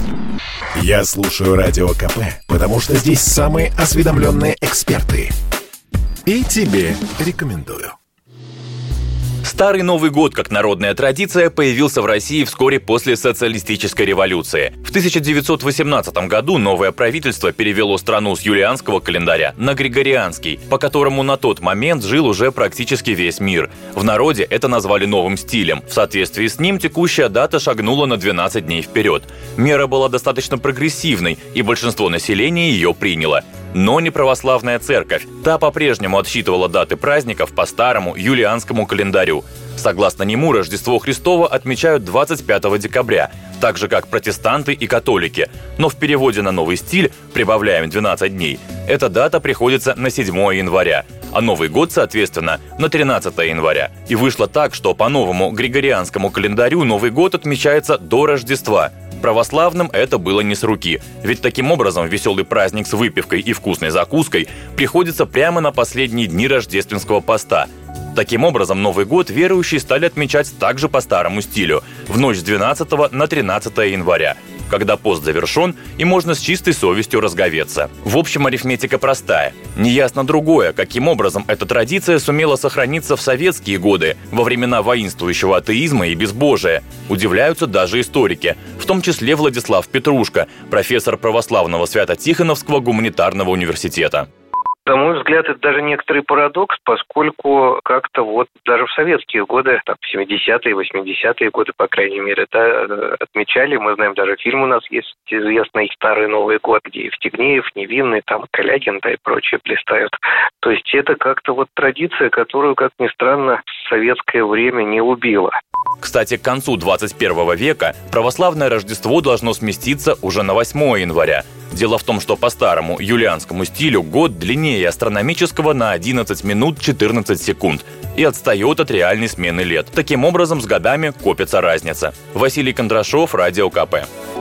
Я слушаю Радио КП, потому что здесь самые осведомленные эксперты. И тебе рекомендую. Старый Новый год, как народная традиция, появился в России вскоре после социалистической революции. В 1918 году новое правительство перевело страну с юлианского календаря на григорианский, по которому на тот момент жил уже практически весь мир. В народе это назвали новым стилем. В соответствии с ним текущая дата шагнула на 12 дней вперед. Мера была достаточно прогрессивной, и большинство населения ее приняло. Но не православная церковь. Та по-прежнему отсчитывала даты праздников по старому юлианскому календарю. Согласно нему, Рождество Христово отмечают 25 декабря, так же как протестанты и католики. Но в переводе на новый стиль, прибавляем 12 дней, эта дата приходится на 7 января, а Новый год, соответственно, на 13 января. И вышло так, что по новому григорианскому календарю Новый год отмечается до Рождества. Православным это было не с руки, ведь таким образом веселый праздник с выпивкой и вкусной закуской приходится прямо на последние дни рождественского поста. Таким образом, Новый год верующие стали отмечать также по старому стилю, в ночь с 12 на 13 января, когда пост завершен и можно с чистой совестью разговеться. В общем, арифметика простая. Неясно другое, каким образом эта традиция сумела сохраниться в советские годы, во времена воинствующего атеизма и безбожия. Удивляются даже историки, в том числе Владислав Петрушко, профессор православного Свято-Тихоновского гуманитарного университета. На мой взгляд, это даже некоторый парадокс, поскольку как-то вот даже в советские годы, там, 70-е, 80-е годы, по крайней мере, да, отмечали, мы знаем, даже фильм у нас есть известный «Старый Новый год», где Евстигнеев, Невинный, там, Калягин, да, и прочие блистают. То есть это как-то вот традиция, которую, как ни странно, советское время не убила. Кстати, к концу 21 века православное Рождество должно сместиться уже на 8 января. Дело в том, что по старому юлианскому стилю год длиннее астрономического на 11 минут 14 секунд и отстает от реальной смены лет. Таким образом, с годами копится разница. Василий Кондрашов, Радио КП.